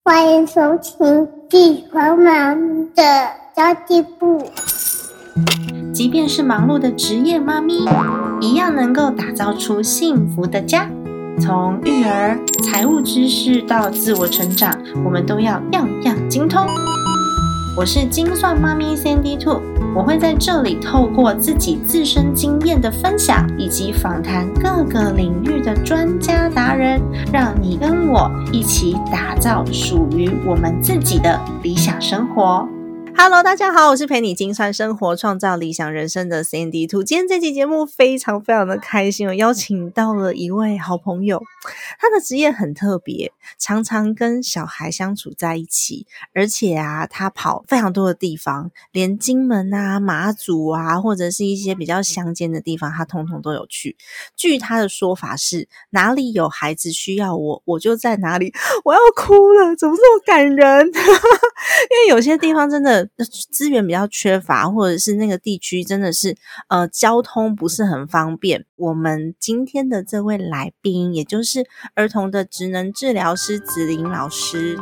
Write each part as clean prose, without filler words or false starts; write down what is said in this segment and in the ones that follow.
欢迎收听地黄妈咪的交际部。 即便是忙碌的职业妈咪，一样能够打造出幸福的家。从育儿、财务知识到自我成长，我们都要样样精通。我是精算妈咪 Sandy Two， 我会在这里透过自己自身经验的分享，以及访谈各个领域的专家达人，让你跟我一起打造属于我们自己的理想生活。Hello， 大家好，我是陪你精算生活、创造理想人生的 Sandy Two。今天这期节目非常的开心，我邀请到了一位好朋友，他的职业很特别，常常跟小孩相处在一起，而且他跑非常多的地方，连金门马祖或者是一些比较乡间的地方，他通通都有去。据他的说法是，哪里有孩子需要我，我就在哪里。我要哭了，怎么这么感人？因为有些地方真的资源比较缺乏，或者是那个地区真的是交通不是很方便。我们今天的这位来宾，也就是儿童的职能治疗师子琳老师。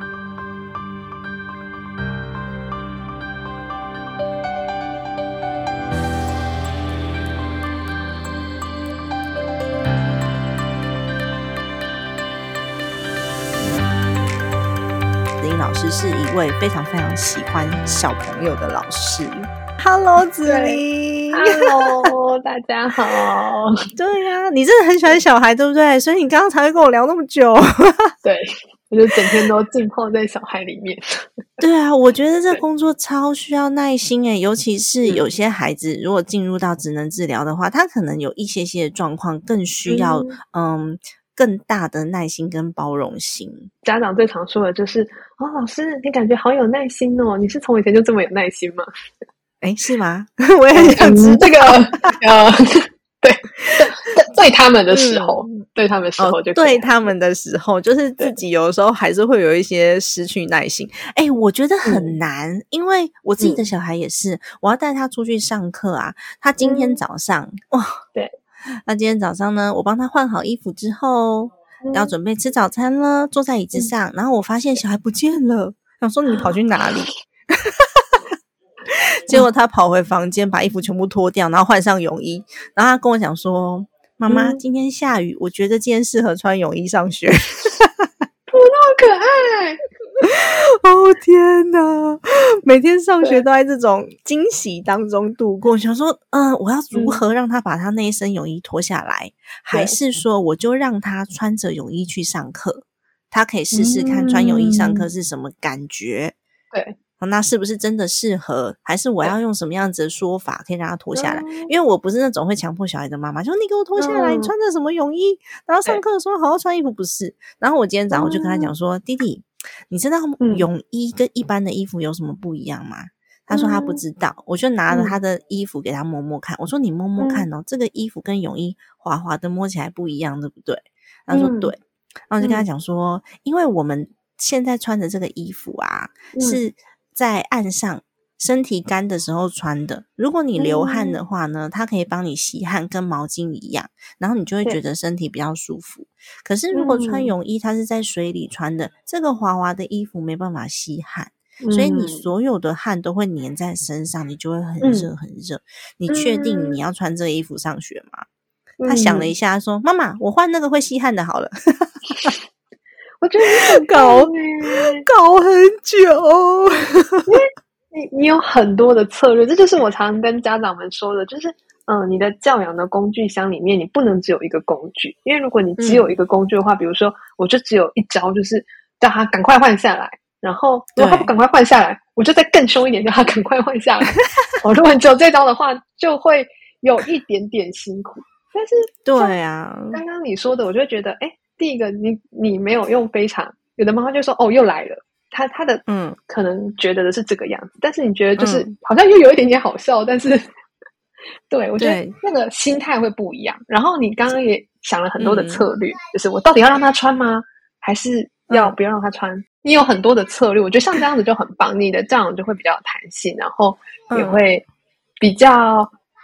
老师是一位非常喜欢小朋友的老师。Hello， 子琳。 Hello， 大家好。 对呀，你真的很喜欢小孩，对不对？所以你刚刚才会跟我聊那么久。 对，我就整天都浸泡在小孩里面。 对啊，我觉得这工作超需要耐心耶，尤其是有些孩子如果进入到职能治疗的话，他可能有一些的状况更需要更大的耐心跟包容心。 家长最常说的就是老师你感觉好有耐心哦，你是从以前就这么有耐心吗？ 是吗？我也很想知道。 这个对，对他们的时候，对他们时候就对他们的时候，就是自己有的时候还是会有一些失去耐心。我觉得很难，因为我自己的小孩也是，我要带他出去上课他今天早上对， 那今天早上呢，我帮他换好衣服之后，要准备吃早餐了，坐在椅子上，然后我发现小孩不见了，想说你跑去哪里？结果他跑回房间，把衣服全部脱掉，然后换上泳衣，然后他跟我讲说：“妈妈，今天下雨，我觉得今天适合穿泳衣上学。” 那么可爱。 哦天哪，每天上学都在这种惊喜当中度过。想说我要如何让他把他那一身泳衣脱下来，还是说我就让他穿着泳衣去上课，他可以试试看穿泳衣上课是什么感觉。 对， 那是不是真的适合，还是我要用什么样子的说法可以让他脱下来？因为我不是那种会强迫小孩的妈妈，就说你给我脱下来，你穿着什么泳衣，然后上课的时候好好穿衣服，不是。然后我今天早上我就跟他讲说，弟弟，你知道泳衣跟一般的衣服有什么不一样吗？他说他不知道。我就拿了他的衣服给他摸摸看，我说你摸摸看这个衣服跟泳衣滑滑的摸起来不一样，对不对？他说对。然后我就跟他讲说，因为我们现在穿的这个衣服是在岸上身体干的时候穿的，如果你流汗的话呢，它可以帮你吸汗，跟毛巾一样，然后你就会觉得身体比较舒服。可是如果穿泳衣，它是在水里穿的，这个滑滑的衣服没办法吸汗，所以你所有的汗都会粘在身上，你就会很热很热。你确定你要穿这个衣服上学吗？他想了一下说，妈妈，我换那个会吸汗的好了。 我觉得你很搞很久。 因为你有很多的策略，这就是我常常跟家长们说的，就是你的教养的工具箱里面你不能只有一个工具，因为如果你只有一个工具的话，比如说我就只有一招，就是叫他赶快换下来，然后如果他不赶快换下来，我就再更凶一点，叫他赶快换下来。如果你只有这招的话，就会有一点点辛苦。但是对刚刚你说的，我就会觉得第一个你没有用非常，有的妈妈就说又来了，他的可能觉得的是这个样子，但是你觉得就是好像又有一点点好笑，但是对，我觉得那个心态会不一样。然后你刚刚也想了很多的策略，就是我到底要让他穿吗？还是要不要让他穿？你有很多的策略，我觉得像这样子就很棒，你的这样就会比较有弹性，然后也会比较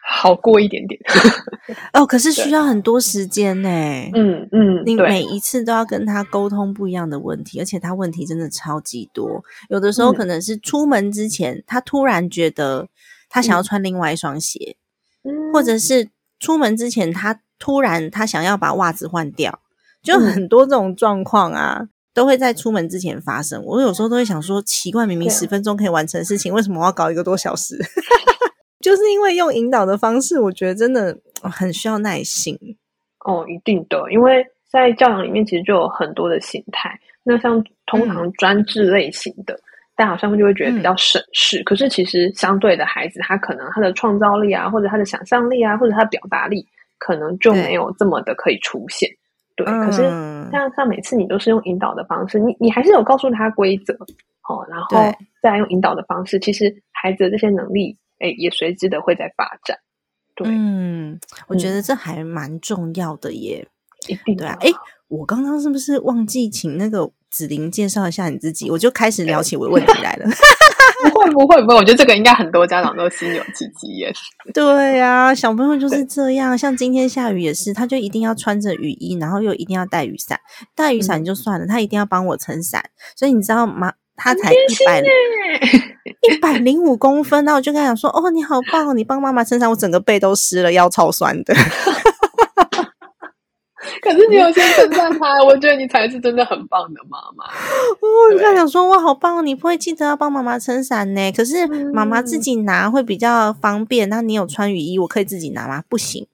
好过一点点。 哦，可是需要很多时间呢。你对， 每一次都要跟他沟通不一样的问题，而且他问题真的超级多。有的时候可能是出门之前，他突然觉得他想要穿另外一双鞋，或者是出门之前他突然想要把袜子换掉，就很多这种状况啊。都会在出门之前发生。我有时候都会想说，奇怪，明明10分钟可以完成的事情，为什么我要搞1个多小时？就是因为用引导的方式，我觉得真的很需要耐心。 一定的，因为在教养里面其实就有很多的形态。那像通常专制类型的，大家好像就会觉得比较省事，可是其实相对的孩子，他可能他的创造力啊，或者他的想象力啊，或者他的表达力，可能就没有这么的可以出现。对，可是像每次你都是用引导的方式，你还是有告诉他规则，然后再用引导的方式，其实孩子的这些能力，也随之的会在发展。对， 我觉得这还蛮重要的耶。 一定对啊。我刚刚是不是忘记请那个子琳介绍一下你自己？我就开始聊起我的问题来了。 不会，我觉得这个应该很多家长都心有戚戚焉。 对啊，小朋友就是这样，像今天下雨也是，他就一定要穿着雨衣，然后又一定要带雨伞。带雨伞就算了，他一定要帮我撑伞。所以你知道吗？他才105公分，然后我就跟他讲说：“哦，你好棒哦，你帮妈妈撑伞。”我整个背都湿了，腰超酸的。 可是你有先称赞他，我觉得你才是真的很棒的妈妈。 我就想说，哇，好棒哦！你不会记得要帮妈妈撑伞呢？可是妈妈自己拿会比较方便。那你有穿雨衣，我可以自己拿吗？不行。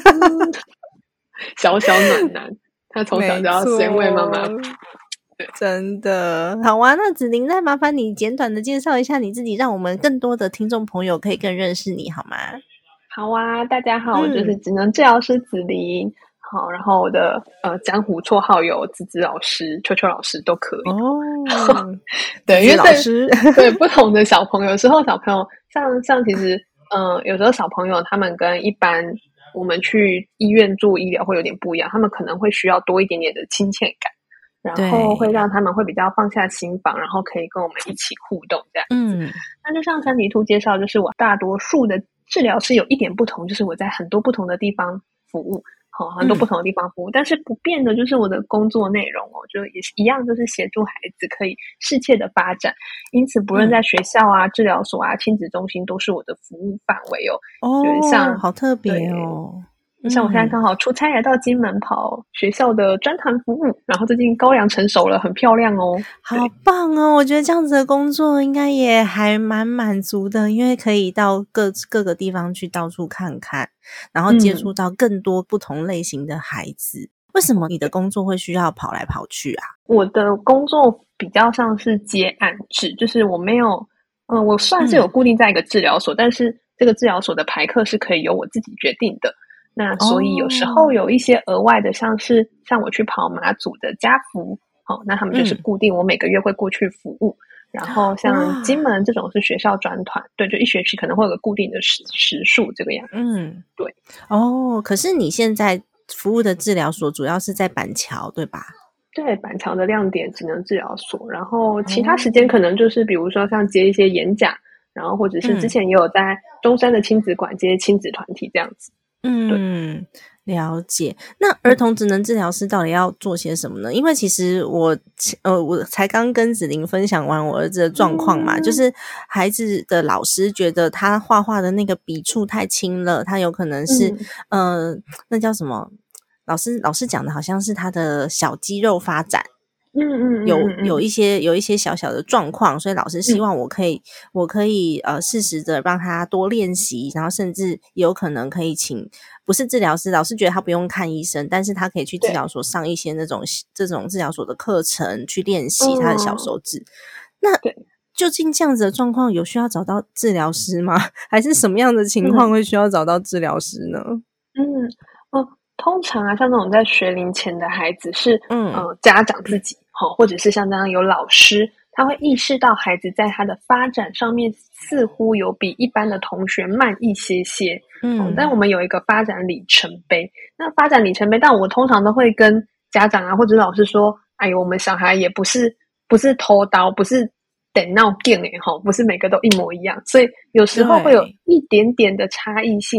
小小暖男，他从小就要先为妈妈。 真的好啊！那子琳，再麻烦你简短的介绍一下你自己，让我们更多的听众朋友可以更认识你，好吗？ 好啊，大家好，我就是职能治疗师子琳。好，然后我的江湖绰号有子子老师、秋秋老师都可以哦。对，因为对不同的小朋友，有时候小朋友像其实有时候小朋友他们跟一般我们去医院做医疗会有点不一样，他们可能会需要多一点点的亲切感，然后会让他们会比较放下心防，然后可以跟我们一起互动这样子。那就像三迷兔介绍，就是我大多数的治疗是有一点不同，就是我在很多不同的地方服务。很多不同的地方服务，但是不变的就是我的工作内容就也是一样，就是协助孩子可以适切的发展。因此不论在学校啊、治疗所啊、亲子中心都是我的服务范围就是像好特别哦。 像我现在刚好出差来到金门跑学校的专团服务，然后最近高粱成熟了，很漂亮哦。 好棒哦！我觉得这样子的工作应该也还蛮满足的，因为可以到各个地方去到处看看，然后接触到更多不同类型的孩子。为什么你的工作会需要跑来跑去啊？ 我的工作比较像是接案制，就是我没有我算是有固定在一个治疗所，但是这个治疗所的排课是可以由我自己决定的。那所以有时候有一些额外的，像我去跑马祖的家服，那他们就是固定我每个月会过去服务。然后像金门这种是学校专团，对，就一学期可能会有个固定的时数这个样子。对。 可是你现在服务的治疗所主要是在板桥，对吧？ 对，板桥的亮点职能治疗所，然后其他时间可能就是比如说像接一些演讲，然后或者是之前也有在中山的亲子馆接亲子团体这样子。 了解。那儿童职能治疗师到底要做些什么呢？因为其实我才刚跟子琳分享完我儿子的状况嘛，就是孩子的老师觉得他画画的那个笔触太轻了，他有可能是那叫什么？老师讲的好像是他的小肌肉发展。有一些小小的状况，所以老师希望我可以适时的让他多练习，然后甚至有可能可以请不是治疗师，老师觉得他不用看医生，但是他可以去治疗所上一些这种治疗所的课程去练习他的小手指。那究竟这样子的状况有需要找到治疗师吗？还是什么样的情况会需要找到治疗师呢？ 通常像那种在学龄前的孩子是家长自己或者是像这样有老师，他会意识到孩子在他的发展上面似乎有比一般的同学慢一些些。但我们有一个发展里程碑。那发展里程碑，但我通常都会跟家长啊或者老师说，哎呦，我们小孩也不是偷刀，不是等闹电不是每个都一模一样，所以有时候会有一点点的差异性。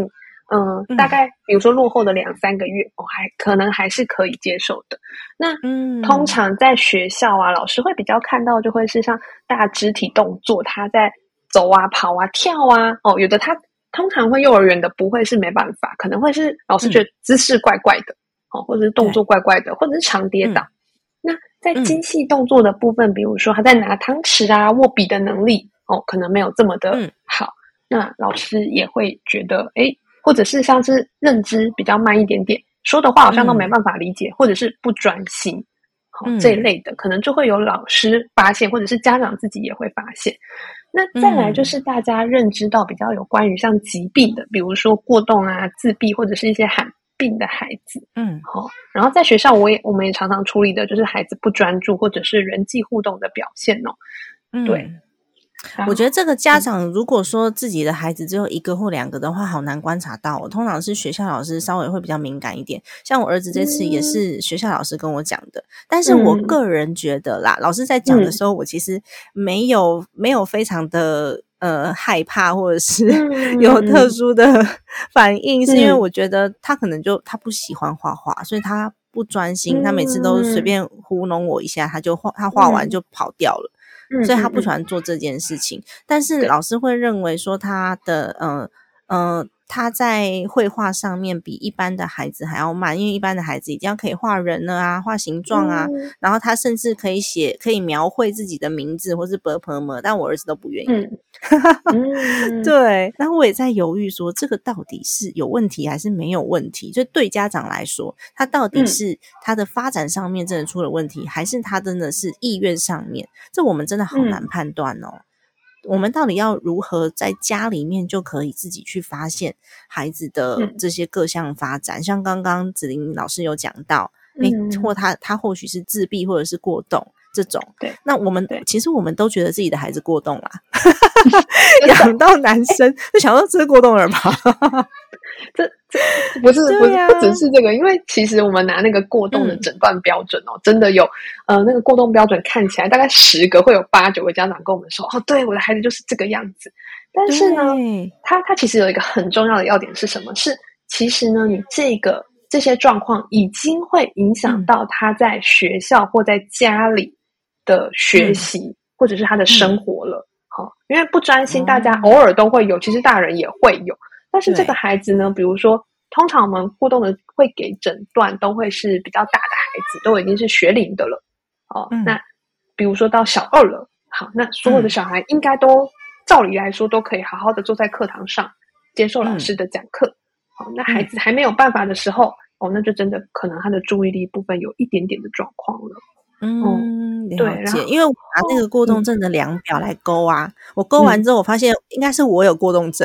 大概比如说落后的2-3个月，可能还是可以接受的。那通常在学校啊，老师会比较看到就会是像大肢体动作，他在走啊、跑啊、跳啊，有的他通常会幼儿园的不会是没办法，可能会是老师觉得姿势怪怪的，或者是动作怪怪的，或者是常跌倒。那在精细动作的部分，比如说他在拿汤匙啊、握笔的能力，可能没有这么的好。那老师也会觉得，或者是像是认知比较慢一点点，说的话好像都没办法理解，或者是不专心，这一类的，可能就会有老师发现，或者是家长自己也会发现。那再来就是大家认知到比较有关于像疾病的，比如说过动啊、自闭或者是一些罕病的孩子，然后在学校我们也常常处理的就是孩子不专注或者是人际互动的表现对。 我觉得这个家长如果说自己的孩子只有1个或2个的话，好难观察到通常是学校老师稍微会比较敏感一点，像我儿子这次也是学校老师跟我讲的，但是我个人觉得啦，老师在讲的时候，我其实没有非常的害怕或者是有特殊的反应，是因为我觉得他可能他不喜欢画画，所以他不专心，他每次都随便糊弄我一下，他画完就跑掉了，所以他不喜欢做这件事情。但是老师会认为说他的他在绘画上面比一般的孩子还要慢，因为一般的孩子一定要可以画人了啊，画形状啊，然后他甚至可以描绘自己的名字或是 ㄅㄆㄇ， 但我儿子都不愿意。对，然后我也在犹豫说这个到底是有问题还是没有问题，就对家长来说他到底是他的发展上面真的出了问题，还是他真的是意愿上面，这我们真的好难判断我们到底要如何在家里面就可以自己去发现孩子的这些各项发展，像刚刚子玲老师有讲到或他或许是自闭或者是过动这种，对，那其实我们都觉得自己的孩子过动啦养到男生就想说这是过动儿吧这不只是这个，因为其实我们拿那个过动的诊断标准真的有那个过动标准看起来大概10个会有8-9个家长跟我们说对，我的孩子就是这个样子。但是呢他其实有一个很重要的要点是什么，是其实呢你这些状况已经会影响到他在学校或在家里的学习或者是他的生活了因为不专心大家偶尔都会有，其实大人也会有，但是这个孩子呢，比如说通常我们过动的会给诊断都会是比较大的孩子，都已经是学龄的了那比如说到小2了，好，那所有的小孩应该都照理来说都可以好好的坐在课堂上接受老师的讲课那孩子还没有办法的时候那就真的可能他的注意力部分有一点点的状况了了解，因为我拿那个过动症的量表来勾啊，我勾完之后我发现应该是我有过动症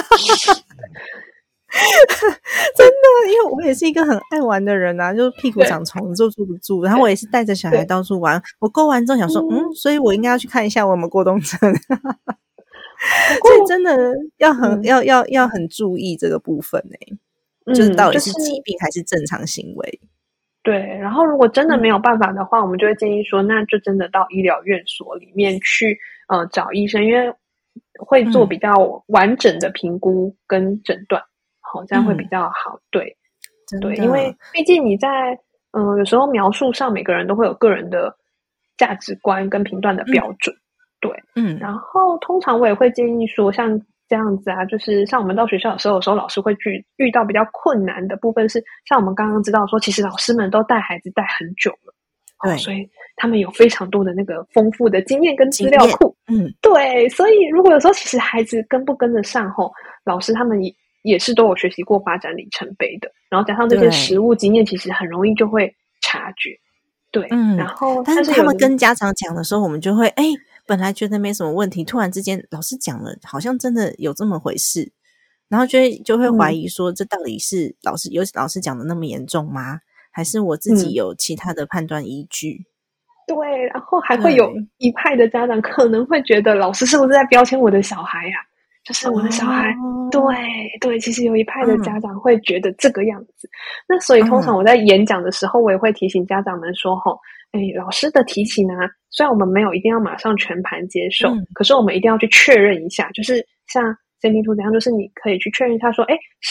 真的，因为我也是一个很爱玩的人啊，就是屁股长虫就坐不住，然后我也是带着小孩到处玩，我勾完之后想说所以我应该要去看一下我有没有过动症所以真的要很注意这个部分就是到底是疾病还是正常行为对，然后如果真的没有办法的话我们就会建议说那就真的到医疗院所里面去找医生，因为会做比较完整的评估跟诊断这样会比较好对，因为毕竟你在有时候描述上每个人都会有个人的价值观跟评断的标准对然后通常我也会建议说像这样子啊，就是像我们到学校的时候，有时候老师会遇到比较困难的部分是，像我们刚刚知道说，其实老师们都带孩子带很久了，对，所以他们有非常多的那个丰富的经验跟资料库，对，所以如果有时候其实孩子跟不跟得上老师他们也是都有学习过发展里程碑的，然后加上这些实务经验，其实很容易就会察觉，对，然后但是他们跟家长讲的时候，我们就会本来觉得没什么问题，突然之间老师讲了好像真的有这么回事，然后就会怀疑说这到底是老师讲的那么严重吗？还是我自己有其他的判断依据对，然后还会有一派的家长可能会觉得老师是不是在标签我的小孩啊，就是我的小孩对，其实有一派的家长会觉得这个样子那所以通常我在演讲的时候我也会提醒家长们说老师的提醒啊，虽然我们没有一定要马上全盘接受可是我们一定要去确认一下，就是像 CND2 怎样，就是你可以去确认一下说是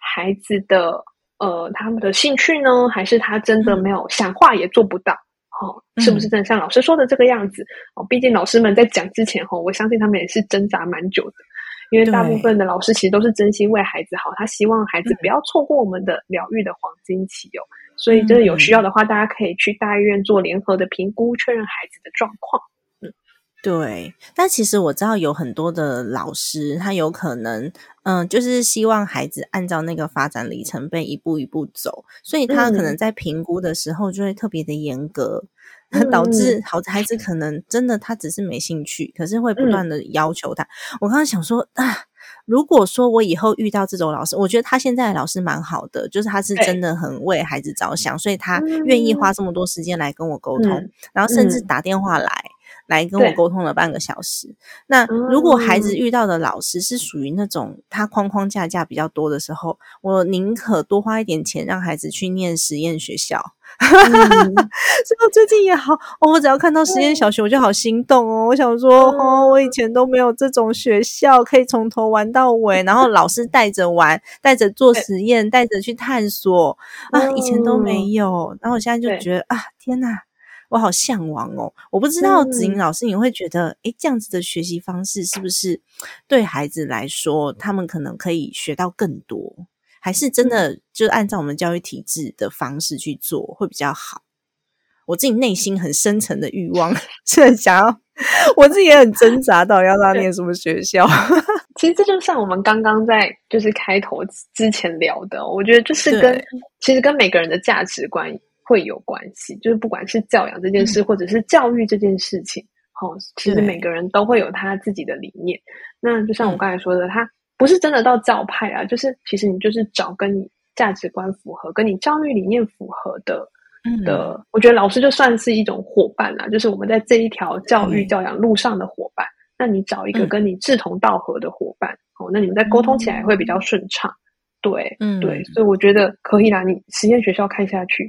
孩子的他们的兴趣呢，还是他真的没有想画也做不到？是不是真的像老师说的这个样子？毕竟老师们在讲之前我相信他们也是挣扎蛮久的，因为大部分的老师其实都是真心为孩子好，他希望孩子不要错过我们的疗愈的黄金期所以真的有需要的话，大家可以去大医院做联合的评估，确认孩子的状况。 对，但其实我知道有很多的老师，他有可能就是希望孩子按照那个发展里程碑一步一步走，所以他可能在评估的时候就会特别的严格，导致孩子可能真的他只是没兴趣，可是会不断的要求他。我刚刚想说如果说我以后遇到这种老师，我觉得他现在的老师蛮好的，就是他是真的很为孩子着想，所以他愿意花这么多时间来跟我沟通，然后甚至打电话来跟我沟通了半个小时。那如果孩子遇到的老师是属于那种他框框架架比较多的时候，我宁可多花一点钱让孩子去念实验学校。所以我最近也好我只要看到实验小学我就好心动我想说我以前都没有这种学校可以从头玩到尾，然后老师带着玩，带着做实验，带着去探索以前都没有。然后我现在就觉得天哪，我好向往我不知道子莹老师你会觉得这样子的学习方式是不是对孩子来说他们可能可以学到更多，还是真的就按照我们教育体制的方式去做会比较好？我自己内心很深层的欲望是很想要，我自己也很挣扎到底要让他念什么学校。 其实这就像我们刚刚在就是开头之前聊的，我觉得就是其实跟每个人的价值观会有关系，就是不管是教养这件事或者是教育这件事情其实每个人都会有他自己的理念。那就像我刚才说的，他不是真的到教派就是其实你就是找跟你价值观符合跟你教育理念符合的我觉得老师就算是一种伙伴啦，就是我们在这一条教育教养路上的伙伴。那你找一个跟你志同道合的伙伴那你们在沟通起来会比较顺畅。对对，所以我觉得可以啦，你实验学校看下去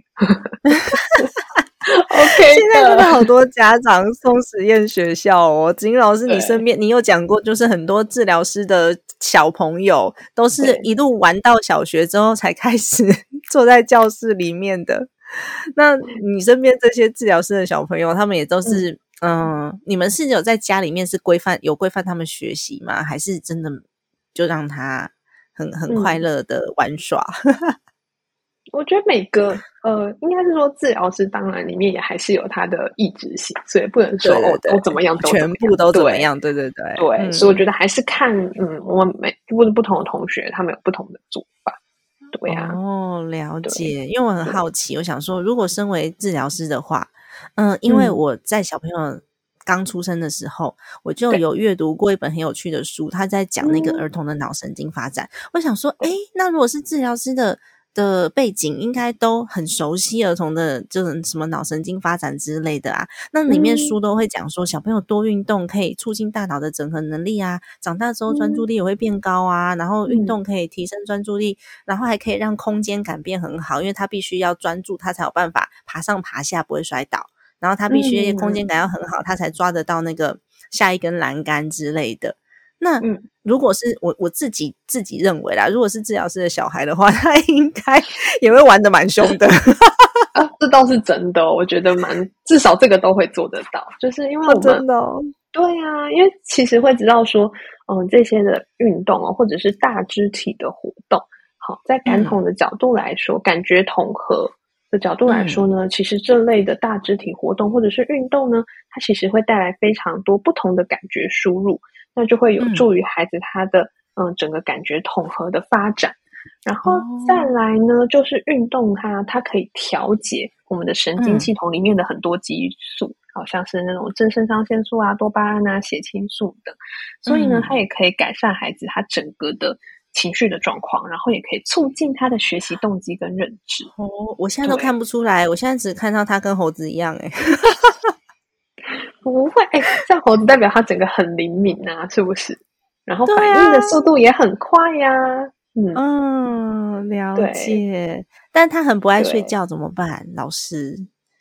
OK 现在真的好多家长送实验学校子莹老师你身边你有讲过就是很多治疗师的小朋友都是一路玩到小学之后才开始坐在教室里面的。那你身边这些治疗师的小朋友他们也都是你们是有在家里面是规范他们学习吗？还是真的就让他很快乐的玩耍？ 我觉得每个应该是说治疗师当然里面也还是有他的意志性，所以不能说都怎么样都全部都怎么样。对对对对，所以我觉得还是看我们不同的同学他们有不同的做法。对啊了解。因为我很好奇，我想说如果身为治疗师的话因为我在小朋友刚出生的时候我就有阅读过一本很有趣的书，他在讲那个儿童的脑神经发展。我想说那如果是治疗师的背景应该都很熟悉儿童的这种什么脑神经发展之类的那里面书都会讲说小朋友多运动可以促进大脑的整合能力长大之后专注力也会变高然后运动可以提升专注力然后还可以让空间感变很好，因为他必须要专注他才有办法爬上爬下不会摔倒，然后他必须空间感要很好他才抓得到那个下一根栏杆之类的。那如果是我自己认为啦，如果是治疗师的小孩的话他应该也会玩得蛮凶的这倒是真的我觉得至少这个都会做得到，就是因为我们真的对因为其实会知道说这些的运动或者是大肢体的活动在感统的角度来说感觉统合的角度来说呢其实这类的大肢体活动或者是运动呢它其实会带来非常多不同的感觉输入，那就会有助于孩子他的整个感觉统合的发展。然后再来呢就是运动它可以调节我们的神经系统里面的很多激素好像是那种正肾上腺素多巴胺血清素等，所以呢它也可以改善孩子他整个的情绪的状况，然后也可以促进他的学习动机跟认知我现在都看不出来，我现在只看到他跟猴子一样不会像猴子代表他整个很灵敏是不是？然后反应的速度也很快了解。但他很不爱睡觉怎么办？老师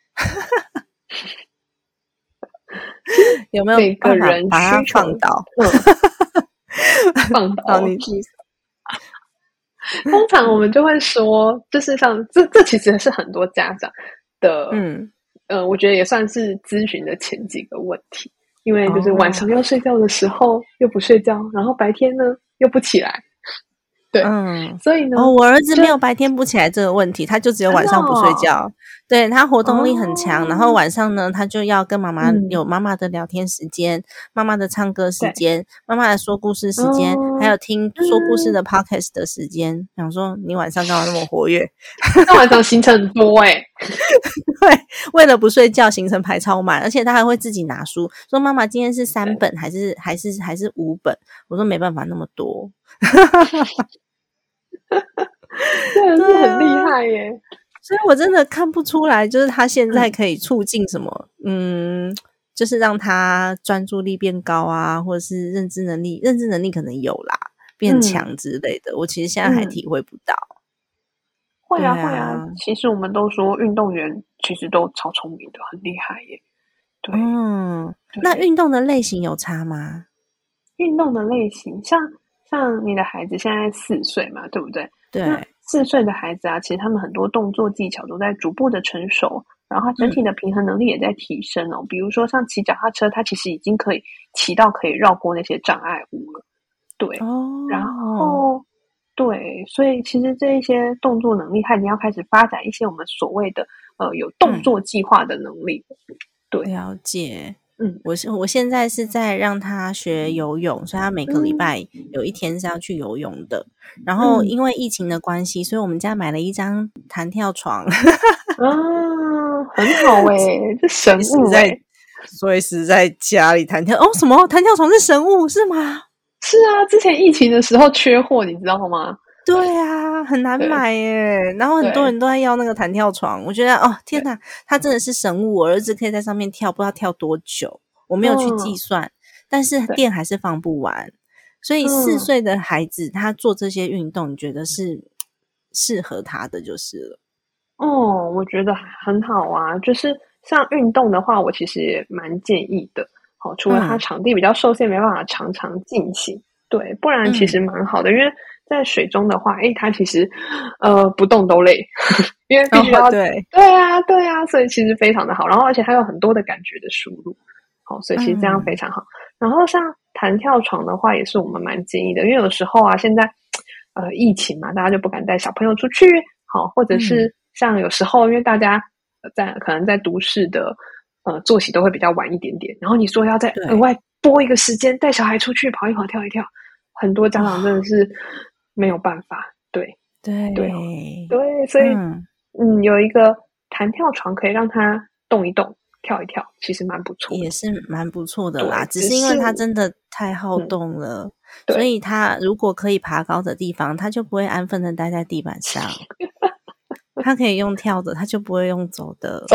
有没有办法把他放倒？ 放倒你通常我们就会说，就是像这其实是很多家长的，我觉得也算是咨询的前几个问题，因为就是晚上要睡觉的时候又不睡觉，然后白天呢又不起来。对，所以呢， 我儿子没有白天不起来这个问题，他就只有晚上不睡觉。对，他活动力很强，然后晚上呢，他就要跟妈妈有妈妈的聊天时间，妈妈的唱歌时间，妈妈的说故事时间，还有听说故事的 podcast 的时间。想说你晚上干嘛那么活跃？ 那晚上行程很多对，为了不睡觉，行程排超满，而且他还会自己拿书，说妈妈今天是3本还是5本？我说没办法那么多。 真的是很厉害耶， 所以我真的看不出来，就是他现在可以促进什么，就是让他专注力变高啊，或者是认知能力可能有啦，变强之类的。我其实现在还体会不到。 会啊会啊，其实我们都说运动员其实都超聪明的，很厉害耶。对， 那运动的类型有差吗？ 运动的类型，像你的孩子现在4岁嘛，对不对？ 对 ，4岁的孩子啊，其实他们很多动作技巧都在逐步的成熟，然后他整体的平衡能力也在提升哦。比如说像骑脚踏车，他其实已经可以骑到可以绕过那些障碍物了。对，然后对，所以其实这一些动作能力，他已经要开始发展一些我们所谓的有动作计划的能力。对， 了解。我现在是在让他学游泳，所以他每个礼拜有一天是要去游泳的。然后因为疫情的关系，所以我们家买了一张弹跳床。 很好欸，这神物欸， 随时在家里弹跳。什么弹跳床是神物是吗？ 是啊，之前疫情的时候缺货，你知道吗？ 对啊，很难买耶，然后很多人都在要那个弹跳床，我觉得天哪，它真的是神物，我儿子可以在上面跳，不知道跳多久，我没有去计算，但是电还是放不完，所以4岁的孩子他做这些运动，你觉得是适合他的就是了。 我觉得很好啊，就是像运动的话，我其实也蛮建议的。除了他场地比较受限，没办法常常进行，对，不然其实蛮好的，因为在水中的话，它其实不动都累，因为必须要对啊，所以其实非常的好，然后而且它有很多的感觉的输入，所以其实这样非常好。然后像弹跳床的话，也是我们蛮建议的，因为有时候啊，现在疫情嘛，大家就不敢带小朋友出去，或者是像有时候因为大家可能在都市的作息都会比较晚一点点，然后你说要再额外拨一个时间带小孩出去跑一跑跳一跳，很多家长真的是没有办法。对，所以有一个弹跳床可以让他动一动跳一跳，其实蛮不错的， 也是蛮不错的啦，只是因为他真的太好动了，所以他如果可以爬高的地方，他就不会安分的待在地板上。他可以用跳的，他就不会用走的。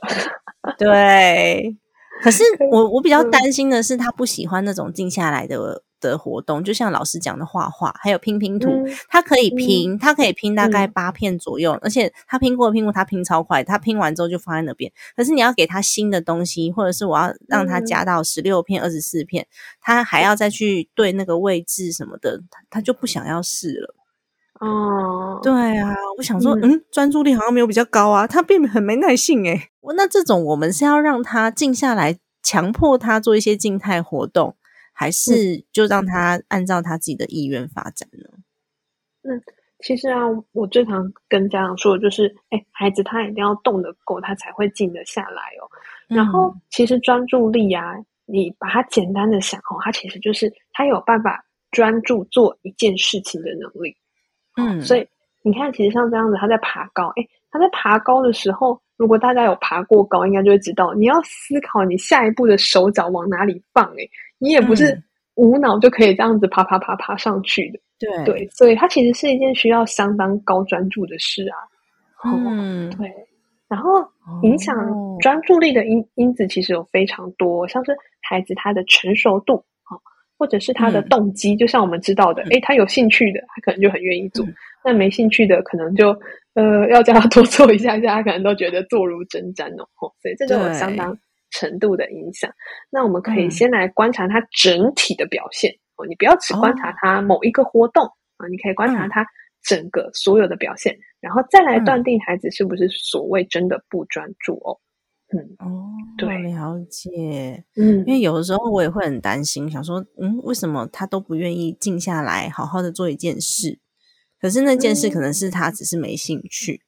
对，可是我比较担心的是，他不喜欢那种静下来的活动，就像老师讲的画画，还有拼图，他可以拼，他可以拼大概8片左右，而且他拼过，他拼超快，他拼完之后就放在那边。可是你要给他新的东西，或者是我要让他加到16片、24片，他还要再去对那个位置什么的，他就不想要试了。对啊，我想说专注力好像没有比较高啊，他变得很没耐性耶。那这种我们是要让他静下来，强迫他做一些静态活动，还是就让他按照他自己的意愿发展呢？ 其实啊，我最常跟家长说的就是孩子他一定要动得够，他才会静得下来哦。然后其实专注力啊，你把它简单的想它其实就是他有办法专注做一件事情的能力。所以你看，其实像这样子，他在爬高，他在爬高的时候，如果大家有爬过高，应该就会知道，你要思考你下一步的手脚往哪里放，你也不是无脑就可以这样子爬上去的。对，所以它其实是一件需要相当高专注的事啊。对。然后影响专注力的因子其实有非常多，像是孩子他的成熟度，或者是他的动机，就像我们知道的，他有兴趣的，他可能就很愿意做；那没兴趣的，可能就要叫他多做一下，他可能都觉得坐如针毡哦。所以这就有相当程度的影响。那我们可以先来观察他整体的表现你不要只观察他某一个活动你可以观察他整个所有的表现，然后再来断定孩子是不是所谓真的不专注哦。对， 了解。因为有的时候我也会很担心，想说为什么他都不愿意静下来好好的做一件事，可是那件事可能是他只是没兴趣。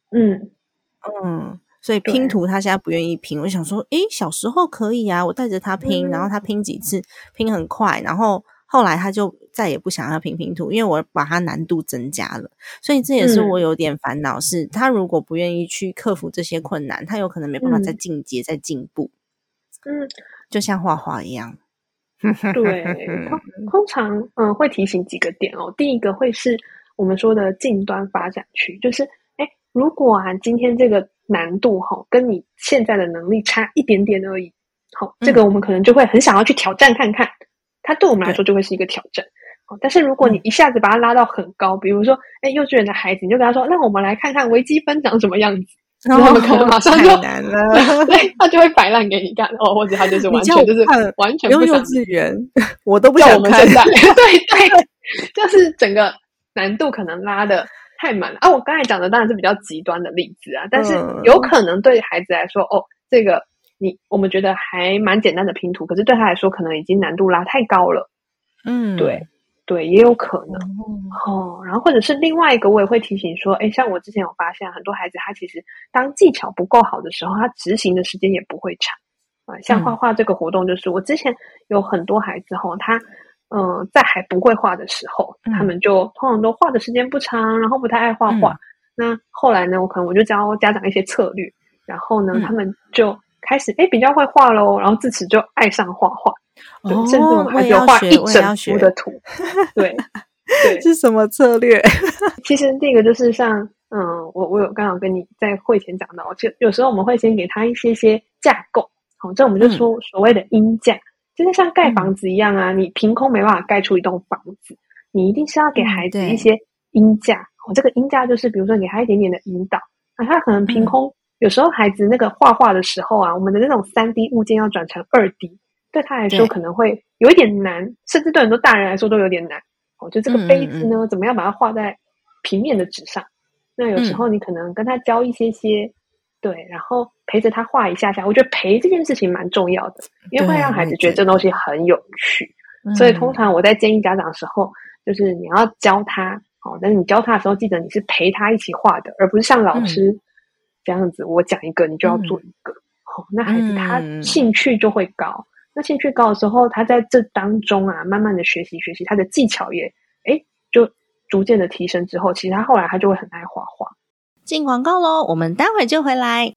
所以拼图他现在不愿意拼，我想说小时候可以啊，我带着他拼，然后他拼几次拼很快，然后后来他就再也不想要拼拼图，因为我把他难度增加了。所以这也是我有点烦恼，是他如果不愿意去克服这些困难，他有可能没办法再进阶再进步。就像画画一样。 对，通常会提醒几个点哦。第一个会是我们说的近端发展区，就是如果今天这个难度跟你现在的能力差一点点而已，这个我们可能就会很想要去挑战看看，它对我们来说就会是一个挑战。但是如果你一下子把它拉到很高，比如说幼稚园的孩子，你就跟他说那我们来看看微积分长什么样子，他们可能马上就太难了对，他就会摆烂给你看或者他就是完全就是完全不想幼稚园我都不想看。 我们现在对，就是整个难度可能拉的太满了我刚才讲的当然是比较极端的例子但是有可能对孩子来说这个我们觉得还蛮简单的拼图，可是对他来说可能已经难度拉太高了。对，也有可能然后或者是另外一个我也会提醒说像我之前有发现很多孩子他其实当技巧不够好的时候，他执行的时间也不会长像画画这个活动，就是我之前有很多孩子他在还不会画的时候，他们就通常都画的时间不长，然后不太爱画画那后来呢我就教家长一些策略，然后呢他们就开始比较会画咯，然后自此就爱上画画对，甚至我们还有画一整幅的图对是什么策略？ 其实这个就是像我有刚好跟你在会前讲到，就有时候我们会先给他一些架构这我们就说所谓的鹰架就是像盖房子一样你凭空没办法盖出一栋房子，你一定是要给孩子一些鹰架这个鹰架就是比如说给他一点点的引导他可能凭空有时候孩子那个画画的时候我们的那种 3D 物件要转成 2D， 对他来说可能会有一点难，甚至对很多大人来说都有点难就这个杯子呢怎么样把它画在平面的纸上，那有时候你可能跟他教一些对，然后陪着他画一下下，我觉得陪这件事情蛮重要的，因为会让孩子觉得这东西很有趣所以通常我在建议家长的时候，就是你要教他但是你教他的时候记得你是陪他一起画的，而不是像老师这样子我讲一个你就要做一个那孩子他兴趣就会高那兴趣高的时候，他在这当中慢慢的学习他的技巧也就逐渐的提升之后，其实他后来他就会很爱画画。 进广告咯，我们待会就回来。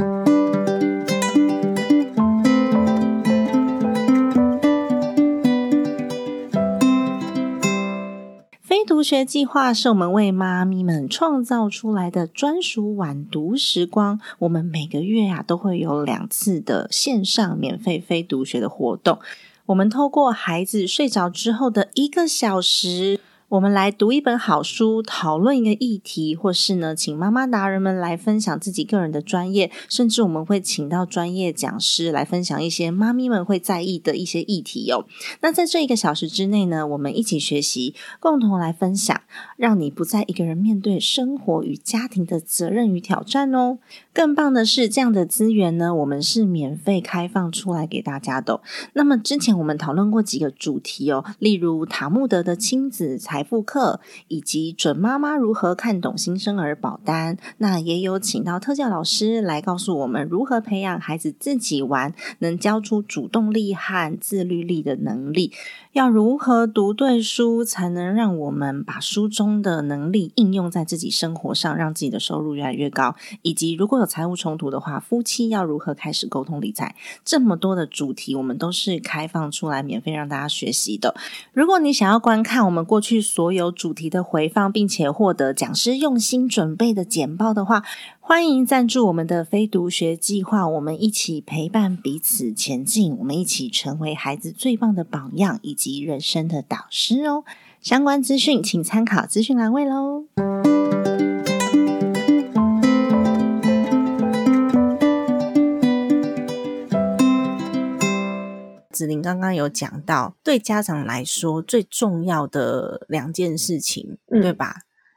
非读学计划是我们为妈咪们创造出来的专属晚读时光，我们每个月都会有2次的线上免费非读学的活动，我们透过孩子睡着之后的1个小时，我们来读一本好书，讨论一个议题，或是呢请妈妈达人们来分享自己个人的专业，甚至我们会请到专业讲师来分享一些妈咪们会在意的一些议题那在这1个小时之内呢，我们一起学习，共同来分享，让你不再一个人面对生活与家庭的责任与挑战更棒的是，这样的资源呢，我们是免费开放出来给大家的那么之前我们讨论过几个主题例如塔木德的亲子财富课，以及准妈妈如何看懂新生儿保单，那也有请到特教老师来告诉我们如何培养孩子自己玩能教出主动力和自律力的能力，要如何读对书才能让我们把书中的能力应用在自己生活上，让自己的收入越来越高，以及如果有财务冲突的话，夫妻要如何开始沟通理财，这么多的主题我们都是开放出来免费让大家学习的。如果你想要观看我们过去所有主题的回放，并且获得讲师用心准备的简报的话，欢迎赞助我们的非读学计划，我们一起陪伴彼此前进，我们一起成为孩子最棒的榜样以及人生的导师相关资讯请参考资讯栏位咯。子琳刚刚有讲到对家长来说最重要的2件事情对吧？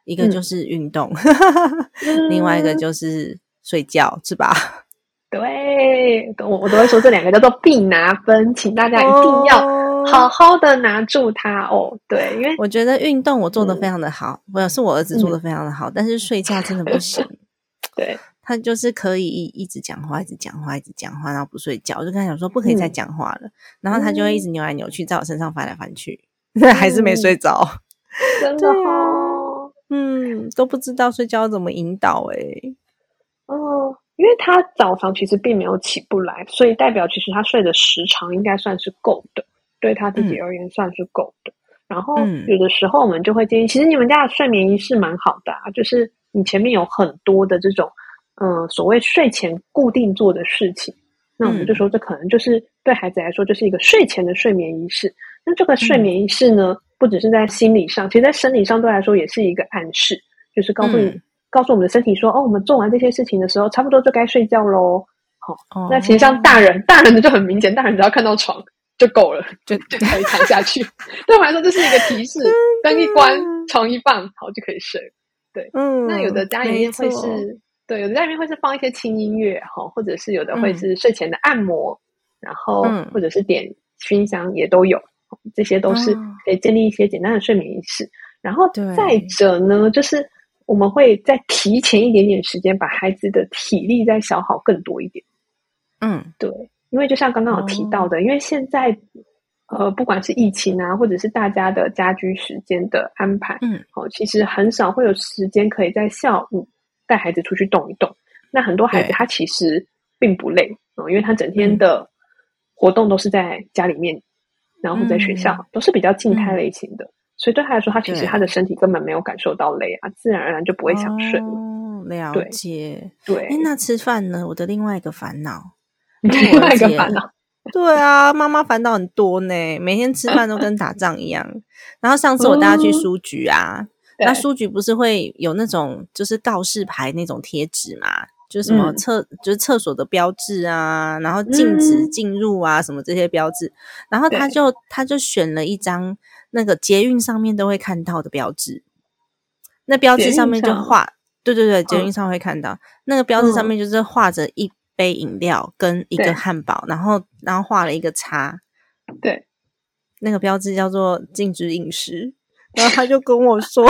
一个就是运动，另外一个就是睡觉，是吧？ 对，我都会说这2个叫做必拿分，请大家一定要好好的拿住它哦。对，因为我觉得运动我做得非常的好，是我儿子做得非常的好，但是睡觉真的不行。 对， 他就是可以一直讲话，一直讲话，一直讲话，然后不睡觉。我就跟他讲说不可以再讲话了，然后他就会一直扭来扭去，在我身上翻来翻去，还是没睡着。 真的哦， 都不知道睡觉怎么引导因为他早上其实并没有起不来，所以代表其实他睡的时长应该算是够的，对他自己而言算是够的。然后有的时候我们就会建议，其实你们家的睡眠仪式蛮好的啊，就是你前面有很多的这种所谓睡前固定做的事情，那我们就说这可能就是对孩子来说就是一个睡前的睡眠仪式。那这个睡眠仪式呢，不只是在心理上，其实在生理上对来说也是一个暗示，就是告诉我们的身体说，我们做完这些事情的时候差不多就该睡觉咯。那其实像大人的就很明显，大人只要看到床就够了，就可以躺下去。对我来说这是一个提示，灯一关，床一放，好就可以睡了。对，那有的家里面会是，对，有的家里面会是放一些轻音乐，或者是有的会是睡前的按摩，然后或者是点熏香也都有，这些都是可以建立一些简单的睡眠仪式。然后再者呢，就是我们会再提前一点点时间，把孩子的体力再消耗更多一点。对，因为就像刚刚有提到的，因为现在不管是疫情啊，或者是大家的家居时间的安排，其实很少会有时间可以在下午带孩子出去动一动。那很多孩子他其实并不累，因为他整天的活动都是在家里面，然后在学校，都是比较静态类型的，所以对他来说，他其实他的身体根本没有感受到累啊，自然而然就不会想睡了。 了解。 对， 那吃饭呢？我的另外一个烦恼。 另外一个烦恼。 对啊，妈妈烦恼很多呢，每天吃饭都跟打仗一样。然后上次我带他去书局啊，那书局不是会有那种就是告示牌那种贴纸嘛，就是什么就是厕所的标志啊，然后禁止进入啊，什么这些标志。然后他就选了一张那个捷运上面都会看到的标志，那标志上面就画，对，捷运上会看到，那个标志上面就是画着一杯饮料跟一个汉堡，然后画了一个叉， 对， 那个标志叫做禁止饮食。然后他就跟我说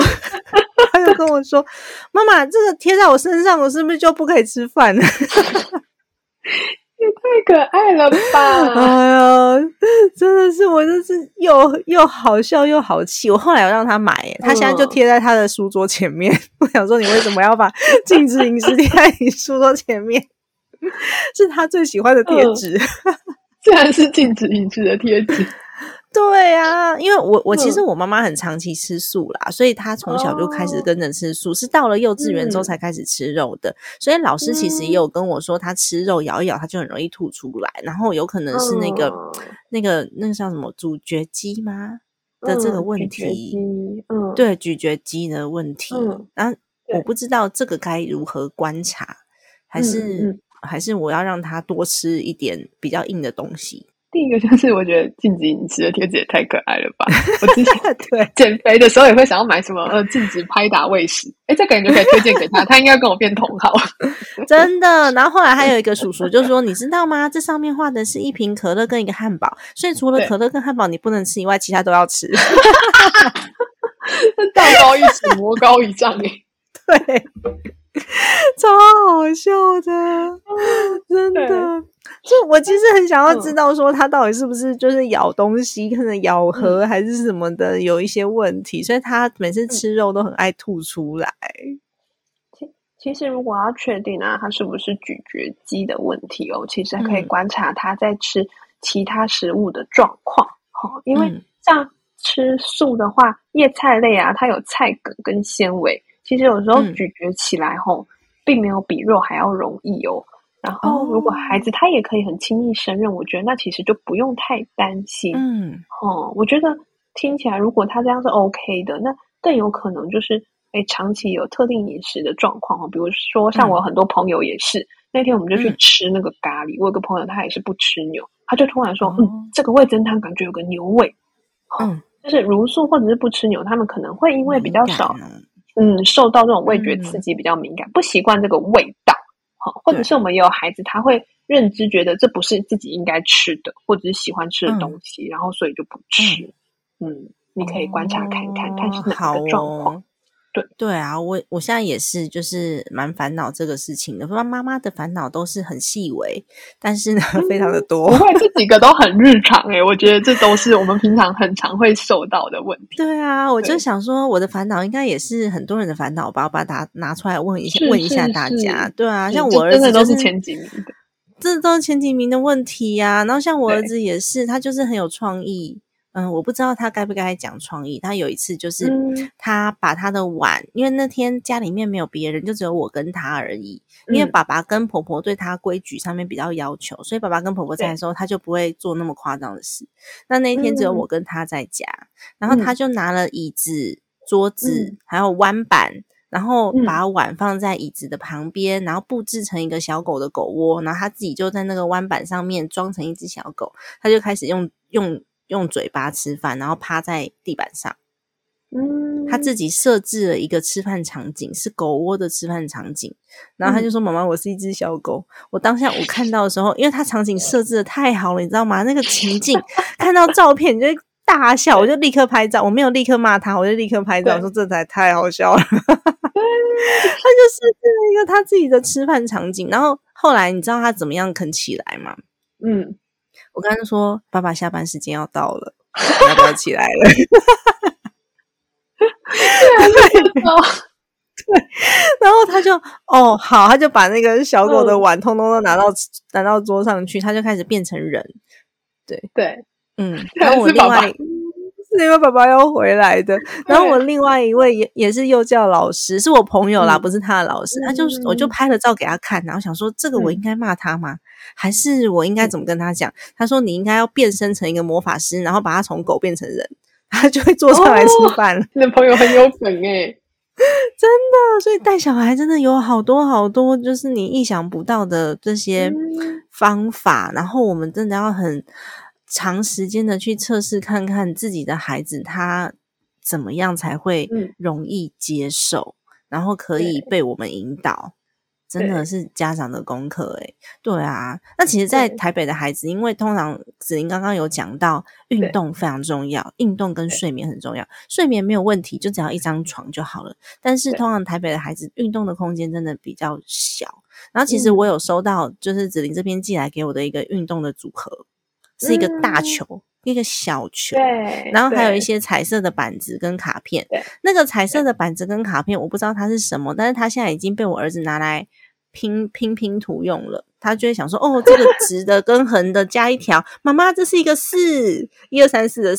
妈妈，这个贴在我身上，我是不是就不可以吃饭了？ 也太可爱了吧！ 哎呀，真的是，我就是又好笑又好气。我后来有让他买，他现在就贴在他的书桌前面。我想说，你为什么要把禁止饮食贴在你书桌前面？是他最喜欢的贴纸， 虽然是禁止饮食的贴纸。 对啊，因为我其实我妈妈很长期吃素啦，所以她从小就开始跟着吃素，是到了幼稚园之后才开始吃肉的。所以老师其实也有跟我说，她吃肉咬一咬，她就很容易吐出来，然后有可能是那个叫什么咀嚼肌吗的这个问题，对，咀嚼肌的问题。然后我不知道这个该如何观察，还是我要让她多吃一点比较硬的东西。 第一个就是我觉得禁止饮食的贴纸也太可爱了吧！我之前对减肥的时候也会想要买什么禁止拍打喂食，这个你就可以推荐给他，他应该跟我变同好。 真的。然后后来还有一个叔叔就说，你知道吗？这上面画的是一瓶可乐跟一个汉堡，所以除了可乐跟汉堡你不能吃以外，其他都要吃。 道高一尺，魔高一丈耶。 对，超好笑的，真的。就我其实很想要知道说他到底是不是就是咬东西可能咬合还是什么的有一些问题，所以他每次吃肉都很爱吐出来。 其实如果要确定啊他是不是咀嚼肌的问题其实还可以观察他在吃其他食物的状况。因为像吃素的话，叶菜类啊它有菜梗跟纤维，其实有时候咀嚼起来并没有比肉还要容易然后如果孩子他也可以很轻易胜任，我觉得那其实就不用太担心。我觉得听起来如果他这样是 OK 的，那更有可能就是长期有特定饮食的状况，比如说像我很多朋友也是，那天我们就去吃那个咖喱，我有个朋友他也是不吃牛，他就突然说这个味噌汤感觉有个牛味。就是茹素或者是不吃牛，他们可能会因为比较少受到这种味觉刺激比较敏感，不习惯这个味道，或者是我们也有孩子他会认知觉得这不是自己应该吃的或者是喜欢吃的东西，然后所以就不吃。你可以观察看是哪个状况。 对啊，我现在也是，就是蛮烦恼这个事情的。妈妈的烦恼都是很细微，但是呢，非常的多。 不会，这几个都很日常我觉得这都是我们平常很常会受到的问题。 对啊，我就想说，我的烦恼应该也是很多人的烦恼吧，我把它拿出来问一下大家。对啊，像我儿子真的都是前几名的， 这都是前几名的问题啊。然后像我儿子也是，他就是很有创意。我不知道他该不该讲创意。他有一次就是他把他的碗，因为那天家里面没有别人，就只有我跟他而已。因为爸爸跟婆婆对他规矩上面比较要求，所以爸爸跟婆婆在的时候，他就不会做那么夸张的事。那一天只有我跟他在家，然后他就拿了椅子、桌子还有弯板，然后把碗放在椅子的旁边，然后布置成一个小狗的狗窝，然后他自己就在那个弯板上面装成一只小狗，他就开始用嘴巴吃饭，然后趴在地板上。他自己设置了一个吃饭场景，是狗窝的吃饭场景，然后他就说妈妈我是一只小狗。我当下我看到的时候，因为他场景设置的太好了，你知道吗？那个情境看到照片你就大笑，我就立刻拍照，我没有立刻骂他，我就立刻拍照，我说这才太好笑了。他就设置了一个他自己的吃饭场景，然后后来你知道他怎么样啃起来吗？我跟他说爸爸下班时间要到了，要不要起来了？对，然后他就好，他就把那个小狗的碗通通都拿到桌上去，他就开始变成人。对，然后我另外是因为爸爸要回来的，然后我另外一位也是幼教老师，是我朋友啦，不是他的老师。我就拍了照给他看，然后想说这个我应该骂他吗？还是我应该怎么跟他讲？他说你应该要变身成一个魔法师，然后把他从狗变成人，他就会坐上来吃饭了。 你的朋友很有梗真的，所以带小孩真的有好多就是你意想不到的这些方法，然后我们真的要很长时间的去测试看看自己的孩子他怎么样才会容易接受，然后可以被我们引导。真的是家长的功课对啊。那其实在台北的孩子，因为通常子琳刚刚有讲到运动非常重要，运动跟睡眠很重要，睡眠没有问题，就只要一张床就好了，但是通常台北的孩子运动的空间真的比较小。然后其实我有收到就是子琳这边寄来给我的一个运动的组合，是一个大球一个小球，然后还有一些彩色的板子跟卡片。那个彩色的板子跟卡片我不知道它是什么，但是它现在已经被我儿子拿来拼图用了。他就会想说这个直的跟横的加一条，妈妈这是一个4 1 2 3 4的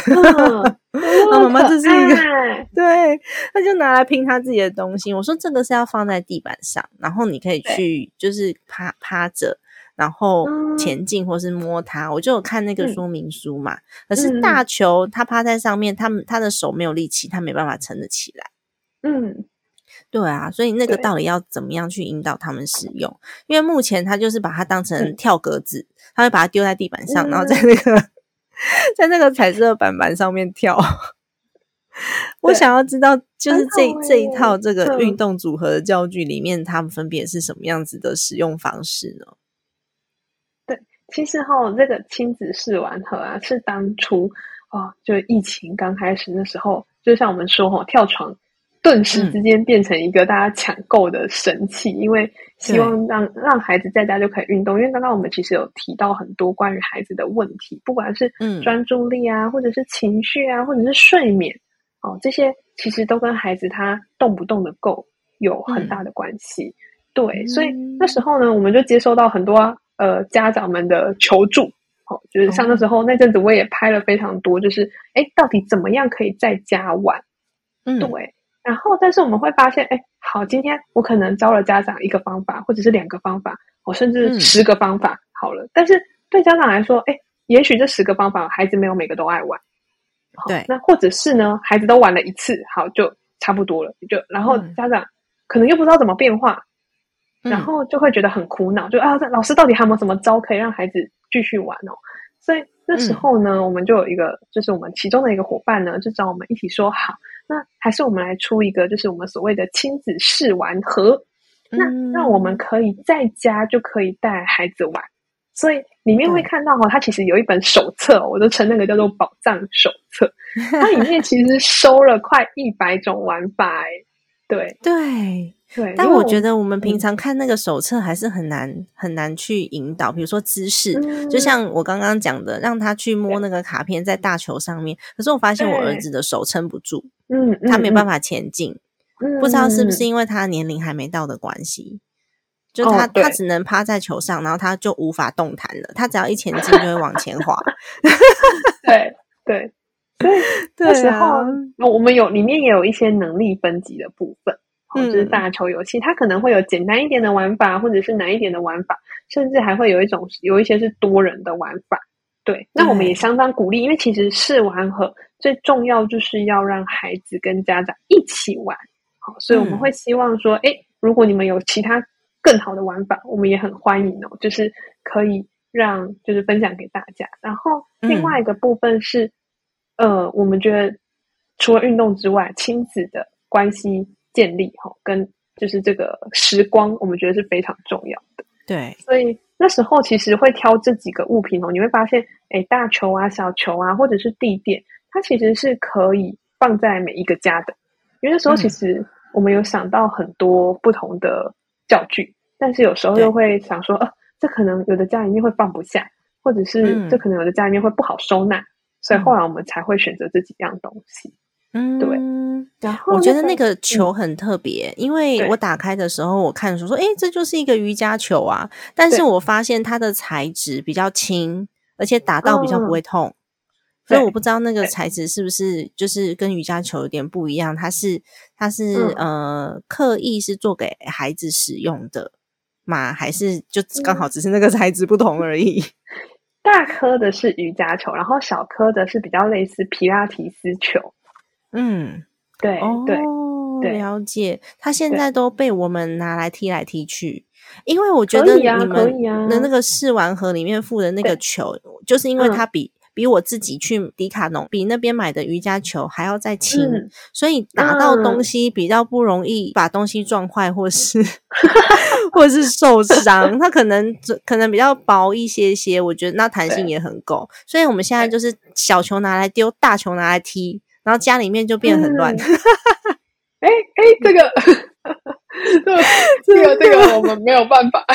4妈妈这是一个对，他就拿来拼他自己的东西。我说这个是要放在地板上，然后你可以去就是趴着然后前进或是摸它。我就有看那个说明书嘛，可是大球他趴在上面，他的手没有力气，他没办法撑得起来。对啊，所以那个到底要怎么样去引导他们使用？因为目前他就是把它当成跳格子，他会把它丢在地板上，然后在那个彩色板上面跳。我想要知道就是这一套这个运动组合的教具里面，他们分别是什么样子的使用方式呢？ 对，其实这个亲子试玩盒啊，是当初就疫情刚开始的时候，就像我们说跳床顿时之间变成一个大家抢购的神器，因为希望让孩子在家就可以运动。因为刚刚我们其实有提到很多关于孩子的问题，不管是专注力啊，或者是情绪啊，或者是睡眠这些其实都跟孩子他动不动的够有很大的关系。对，所以那时候呢，我们就接收到很多家长们的求助。就是像那时候那阵子我也拍了非常多，就是到底怎么样可以在家玩。对，然后但是我们会发现好，今天我可能教了家长一个方法或者是2个方法，甚至10个方法好了，但是对家长来说也许这10个方法孩子没有每个都爱玩。对，那或者是呢孩子都玩了1次，好就差不多了，然后家长可能又不知道怎么变化，然后就会觉得很苦恼，就老师到底还有没有什么招可以让孩子继续玩所以那时候呢我们就有一个，就是我们其中的一个伙伴呢就找我们一起说，好， 那还是我们来出一个就是我们所谓的亲子试玩盒，那让我们可以在家就可以带孩子玩。所以里面会看到它其实有一本手册，我都称那个叫做宝藏手册。它里面其实收了快100种玩法对， 但我觉得我们平常看那个手册还是很难去引导，比如说姿势，就像我刚刚讲的，让他去摸那个卡片在大球上面，可是我发现我儿子的手撑不住，他没办法前进，不知道是不是因为他年龄还没到的关系，就他只能趴在球上，然后他就无法动弹了，他只要一前进就会往前滑。 对，所以那时候我们里面也有一些能力分级的部分，就是大球游戏它可能会有简单一点的玩法，或者是难一点的玩法，甚至还会有一些是多人的玩法。对，那我们也相当鼓励，因为其实试玩盒最重要就是要让孩子跟家长一起玩，所以我们会希望说如果你们有其他更好的玩法，我们也很欢迎就是可以就是分享给大家。然后另外一个部分是我们觉得除了运动之外，亲子的关系建立跟就是这个时光，我们觉得是非常重要的。 对， 所以那时候其实会挑这几个物品你会发现大球啊、小球啊，或者是地垫，它其实是可以放在每一个家的。因为那时候其实我们有想到很多不同的教具，但是有时候又会想说这可能有的家里面会放不下，或者是这可能有的家里面会不好收纳，所以后来我们才会选择这几样东西。对，然后我觉得那个球很特别，因为我打开的时候我看说这就是一个瑜伽球啊，但是我发现它的材质比较轻，而且打到比较不会痛，所以我不知道那个材质是不是就是跟瑜伽球有点不一样，它是刻意是做给孩子使用的吗？还是就刚好只是那个材质不同而已？ 大颗的是瑜伽球，然后小颗的是比较类似皮拉提斯球。对， 了解。它现在都被我们拿来踢来踢去，因为我觉得你们的那个试玩盒里面附的那个球，就是因为它比我自己去迪卡侬比那边买的瑜伽球还要再轻，所以打到东西比较不容易把东西撞坏或是或是受伤，它可能比较薄一些，我觉得那弹性也很够，所以我们现在就是小球拿来丢，大球拿来踢，然后家里面就变得很乱。 这个我们没有办法。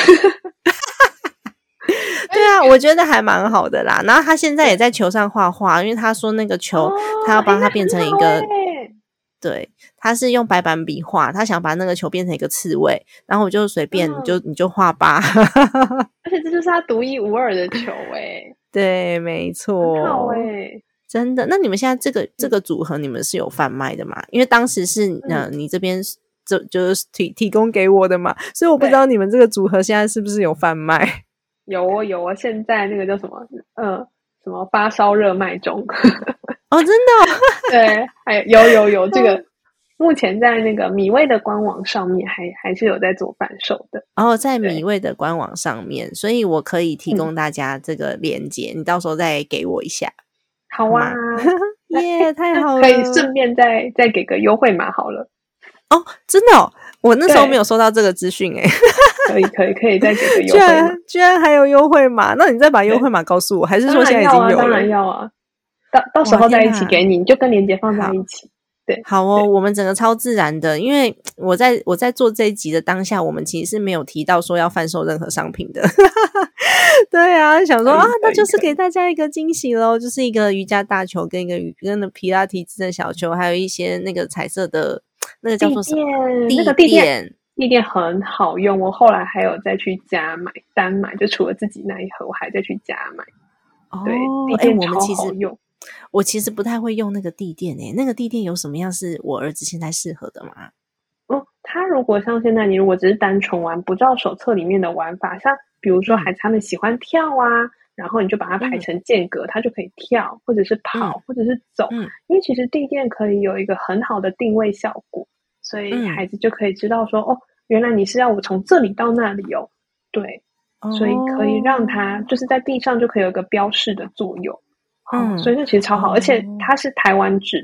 对啊，我觉得还蛮好的啦。然后他现在也在球上画画，因为他说那个球他要帮他变成一个对，他是用白板笔画，他想把那个球变成一个刺猬，然后我就随便你就画吧。 而且这就是他独一无二的球对，没错， 很好真的。那你们现在这个组合你们是有贩卖的吗？因为当时是你这边就是提供给我的嘛，所以我不知道你们这个组合现在是不是有贩卖。 有啊，现在那个叫什么什么发烧热卖中。 真的对，还有这个目前在那个米味的官网上面还是有在做贩售的。 在米味的官网上面，所以我可以提供大家这个链接，你到时候再给我一下。 好啊， 耶，太好了， 可以顺便再给个优惠码好了。 真的我那时候没有收到这个资讯可以再给个优惠码。 居然还有优惠码，那你再把优惠码告诉我，还是说现在已经有了？ 当然要啊，到时候再一起给你就跟链接放在一起。对， 好我们整个超自然的，因为我在做这一集的当下，我们其实是没有提到说要贩售任何商品的。对啊，想说那就是给大家一个惊喜咯，就是一个瑜伽大球跟一个皮拉提兹的小球，还有一些那个彩色的那个叫做什么地垫，地垫很好用，我后来还有再去加买单买，就除了自己那一盒我还再去加买。对，地垫超好用。 我其实不太会用那个地垫那个地垫有什么样是我儿子现在适合的吗？ 他如果像现在你如果只是单纯玩，不照手册里面的玩法，像比如说孩子他们喜欢跳啊，然后你就把它排成间隔，他就可以跳或者是跑或者是走。因为其实地垫可以有一个很好的定位效果，所以孩子就可以知道说原来你是要我从这里到那里对，所以可以让他就是在地上就可以有一个标示的作用。所以那其实超好，而且它是台湾制的，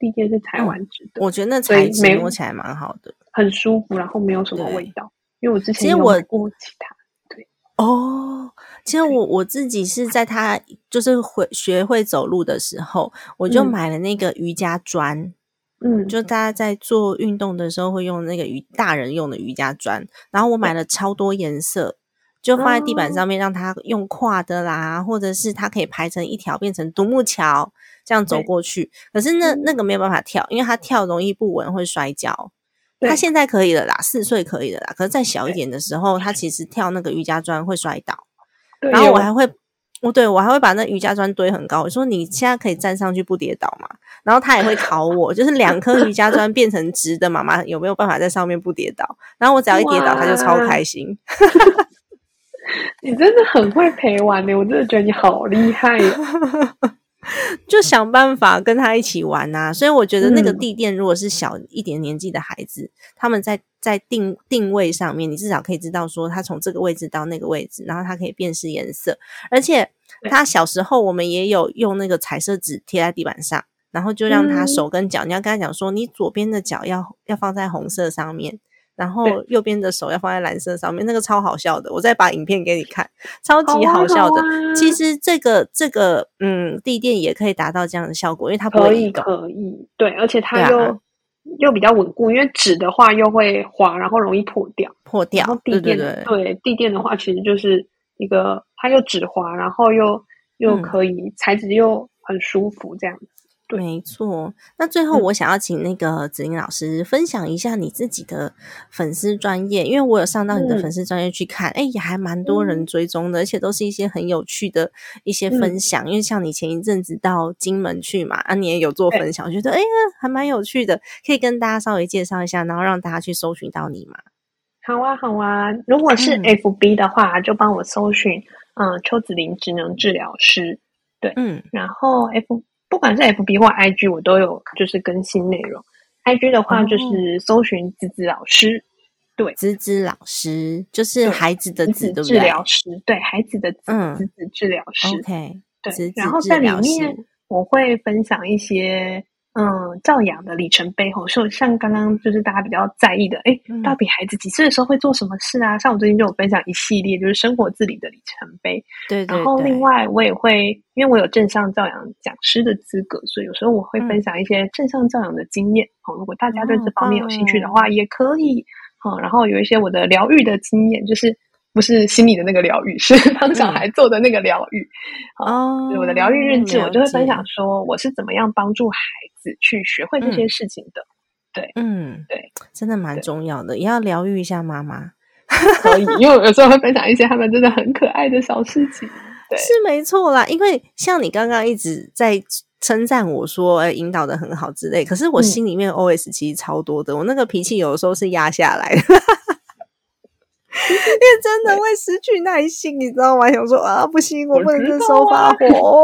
地垫是台湾制的， 我觉得那材质摸起来蛮好的， 很舒服，然后没有什么味道。因为我之前有买过其他。对哦，其实我自己是在他就是学会走路的时候，我就买了那个瑜伽砖。就大家在做运动的时候会用那个大人用的瑜伽砖，然后我买了超多颜色，就放在地板上面，让它用跨的啦，或者是它可以排成一条变成独木桥这样走过去。可是那个没有办法跳，因为它跳容易不稳会摔跤。他现在可以了啦，4岁可以了啦，可是再小一点的时候，他其实跳那个瑜伽砖会摔倒。然后我还会把那瑜伽砖堆很高，我说你现在可以站上去不跌倒吗？然后他也会考我，就是2颗瑜伽砖变成直的，妈妈有没有办法在上面不跌倒？然后我只要一跌倒，他就超开心。 你真的很会陪玩耶，我真的觉得你好厉害耶。 就想办法跟他一起玩啊，所以我觉得那个地垫如果是小一点年纪的孩子，他们在定位上面，你至少可以知道说他从这个位置到那个位置，然后他可以辨识颜色，而且他小时候我们也有用那个彩色纸贴在地板上，然后就让他手跟脚，你要跟他讲说你左边的脚要放在红色上面，然后右边的手要放在蓝色上面，那个超好笑的，我再把影片给你看，超级好笑的。其实这个地垫也可以达到这样的效果，因为它不会移动。 可以，对，而且它又比较稳固，因为纸的话又会滑，然后容易破掉。然后地垫对地垫的话，其实就是一个它又纸滑，然后又可以材质又很舒服这样子。 没错，那最后我想要请那个子玲老师分享一下你自己的粉丝专页，因为我有上到你的粉丝专页去看，也还蛮多人追踪的，而且都是一些很有趣的一些分享，因为像你前一阵子到金门去嘛，你也有做分享，我觉得还蛮有趣的，可以跟大家稍微介绍一下，然后让大家去搜寻到你嘛。 好啊，如果是 FB 的话，就帮我搜寻邱子玲职能治疗师，对，然后不管是 FB 或 IG 我都有就是更新内容。IG 的话就是搜寻子子老师，对， 子子老师就是孩子的子，对不对？ 治疗师，对，孩子的子，子子治疗师。 OK， 对，然后在里面我会分享一些照养的里程碑吼，像刚刚就是大家比较在意的，到底孩子几岁的时候会做什么事啊？像我最近就有分享一系列就是生活自理的里程碑。对，然后另外我也会，因为我有正向照养讲师的资格，所以有时候我会分享一些正向照养的经验。如果大家对这方面有兴趣的话，也可以。然后有一些我的疗愈的经验，就是不是心理的那个疗愈，是帮小孩做的那个疗愈。我的疗愈日志，我就会分享说我是怎么样帮助孩子去学会这些事情的。对，对， 真的蛮重要的，也要疗愈一下妈妈。 可以，因为我有时候会分享一些他们真的很可爱的小事情。对， 是没错啦，因为像你刚刚一直在称赞我说引导的很好之类，可是我心里面 OS 其实超多的，我那个脾气有的时候是压下来的。因为真的会失去耐心，你知道吗？想说不行，我不能这时候发火。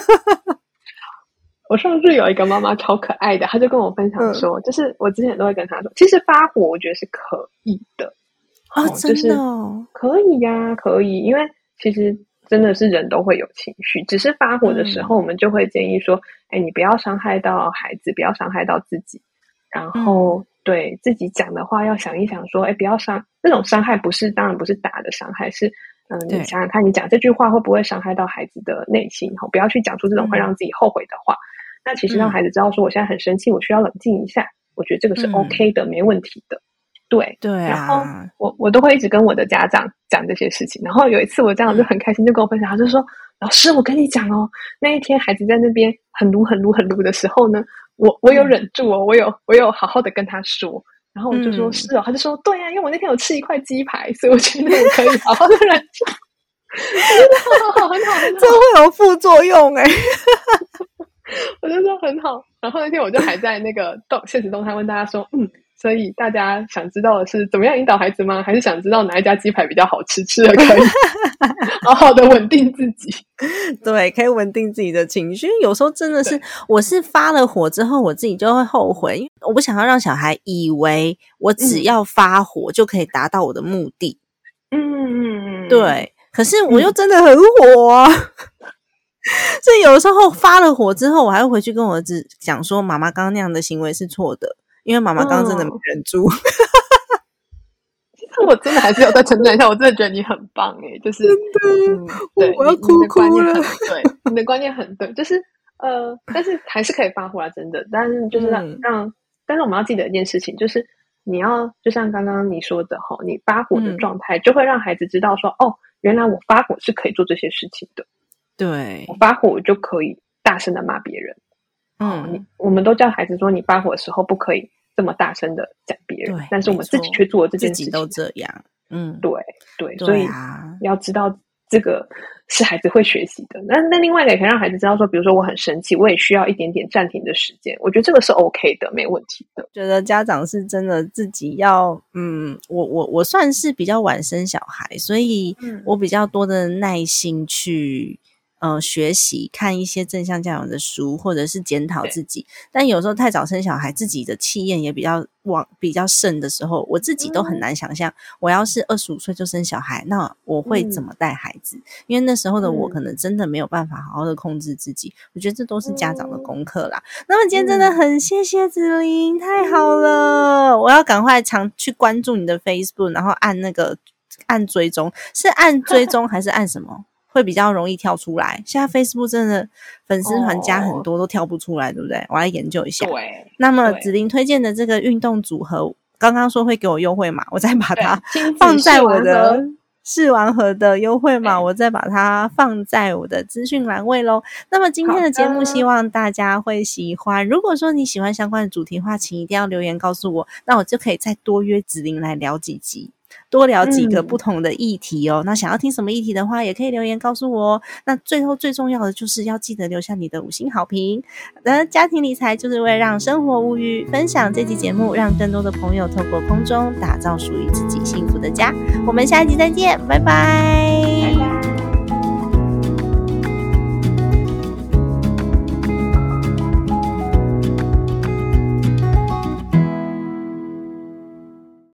我上次有一个妈妈超可爱的，她就跟我分享说，就是我之前都会跟她说，其实发火我觉得是可以的。 真的哦， 可以呀，可以，因为其实真的是人都会有情绪，只是发火的时候，我们就会建议说，你不要伤害到孩子，不要伤害到自己，然后对自己讲的话要想一想说，不要那种伤害当然不是打的伤害，是你想想看，你讲这句话会不会伤害到孩子的内心，不要去讲出这种会让自己后悔的话。那其实让孩子知道说，我现在很生气，我需要冷静一下，我觉得这个是 OK 的，没问题的。对，然后我都会一直跟我的家长讲这些事情。然后有一次我家长就很开心，就跟我分享，他就说：“老师，我跟你讲哦，那一天孩子在那边很撸的时候呢，我有忍住哦，我有好好的跟他说。”然后我就说：“是哦。”他就说：“对啊，因为我那天有吃一块鸡排，所以我觉得我可以好好的忍住。”很好， 这会有副作用我就说很好。然后那天我就还在那个限时动态问大家说：“所以大家想知道的是怎么样引导孩子吗？还是想知道哪一家鸡排比较好吃，吃了可以好好的稳定自己？” 对，可以稳定自己的情绪。有时候真的是，我是发了火之后，我自己就会后悔，因为我不想要让小孩以为我只要发火就可以达到我的目的。对，可是我又真的很火啊。 所以有的时候发了火之后，我还会回去跟我儿子讲说，妈妈刚刚那样的行为是错的，因为妈妈刚刚真的没忍住。 我真的还是有在称赞一下，我真的觉得你很棒耶，就是对， 我要哭哭了。 对，你的观念很对，就是但是还是可以发火啊，真的。但是就是但是我们要记得一件事情，就是你要就像刚刚你说的齁，你发火的状态就会让孩子知道说，哦，原来我发火是可以做这些事情的。 对， 我发火我就可以大声的骂别人。我们都叫孩子说，你发火的时候不可以这么大声的讲别人，但是我们自己却做了这件事情， 自己都这样。 对，所以要知道这个是孩子会学习的。那另外一个也可以让孩子知道说，比如说我很生气，我也需要一点点暂停的时间。我觉得这个是 OK 的，没问题的。 觉得家长是真的自己要，我算是比较晚生小孩，所以我比较多的耐心去学习看一些正向教养的书，或者是检讨自己。但有时候太早生小孩，自己的气焰也比较盛的时候，我自己都很难想象，我要是25岁就生小孩，那我会怎么带孩子？因为那时候的我可能真的没有办法好好的控制自己。我觉得这都是家长的功课啦。那么今天真的很谢谢子琳，太好了！我要赶快常去关注你的 Facebook， 然后按追踪，是按追踪还是按什么？会比较容易跳出来。现在 Facebook 真的粉丝团加很多都跳不出来，对不对？我来研究一下。 对。 那么子琳推荐的这个运动组合，刚刚说会给我优惠码，我再把它放在我的试完盒的优惠码，我再把它放在我的资讯栏位咯。那么今天的节目希望大家会喜欢。如果说你喜欢相关的主题的话，请一定要留言告诉我，那我就可以再多约子琳来聊几集，多聊几个不同的议题哦。那想要听什么议题的话，也可以留言告诉我哦。那最后最重要的就是要记得留下你的5星好评。家庭理财就是为了让生活无虞，分享这期节目，让更多的朋友透过空中打造属于自己幸福的家。我们下一集再见，拜拜。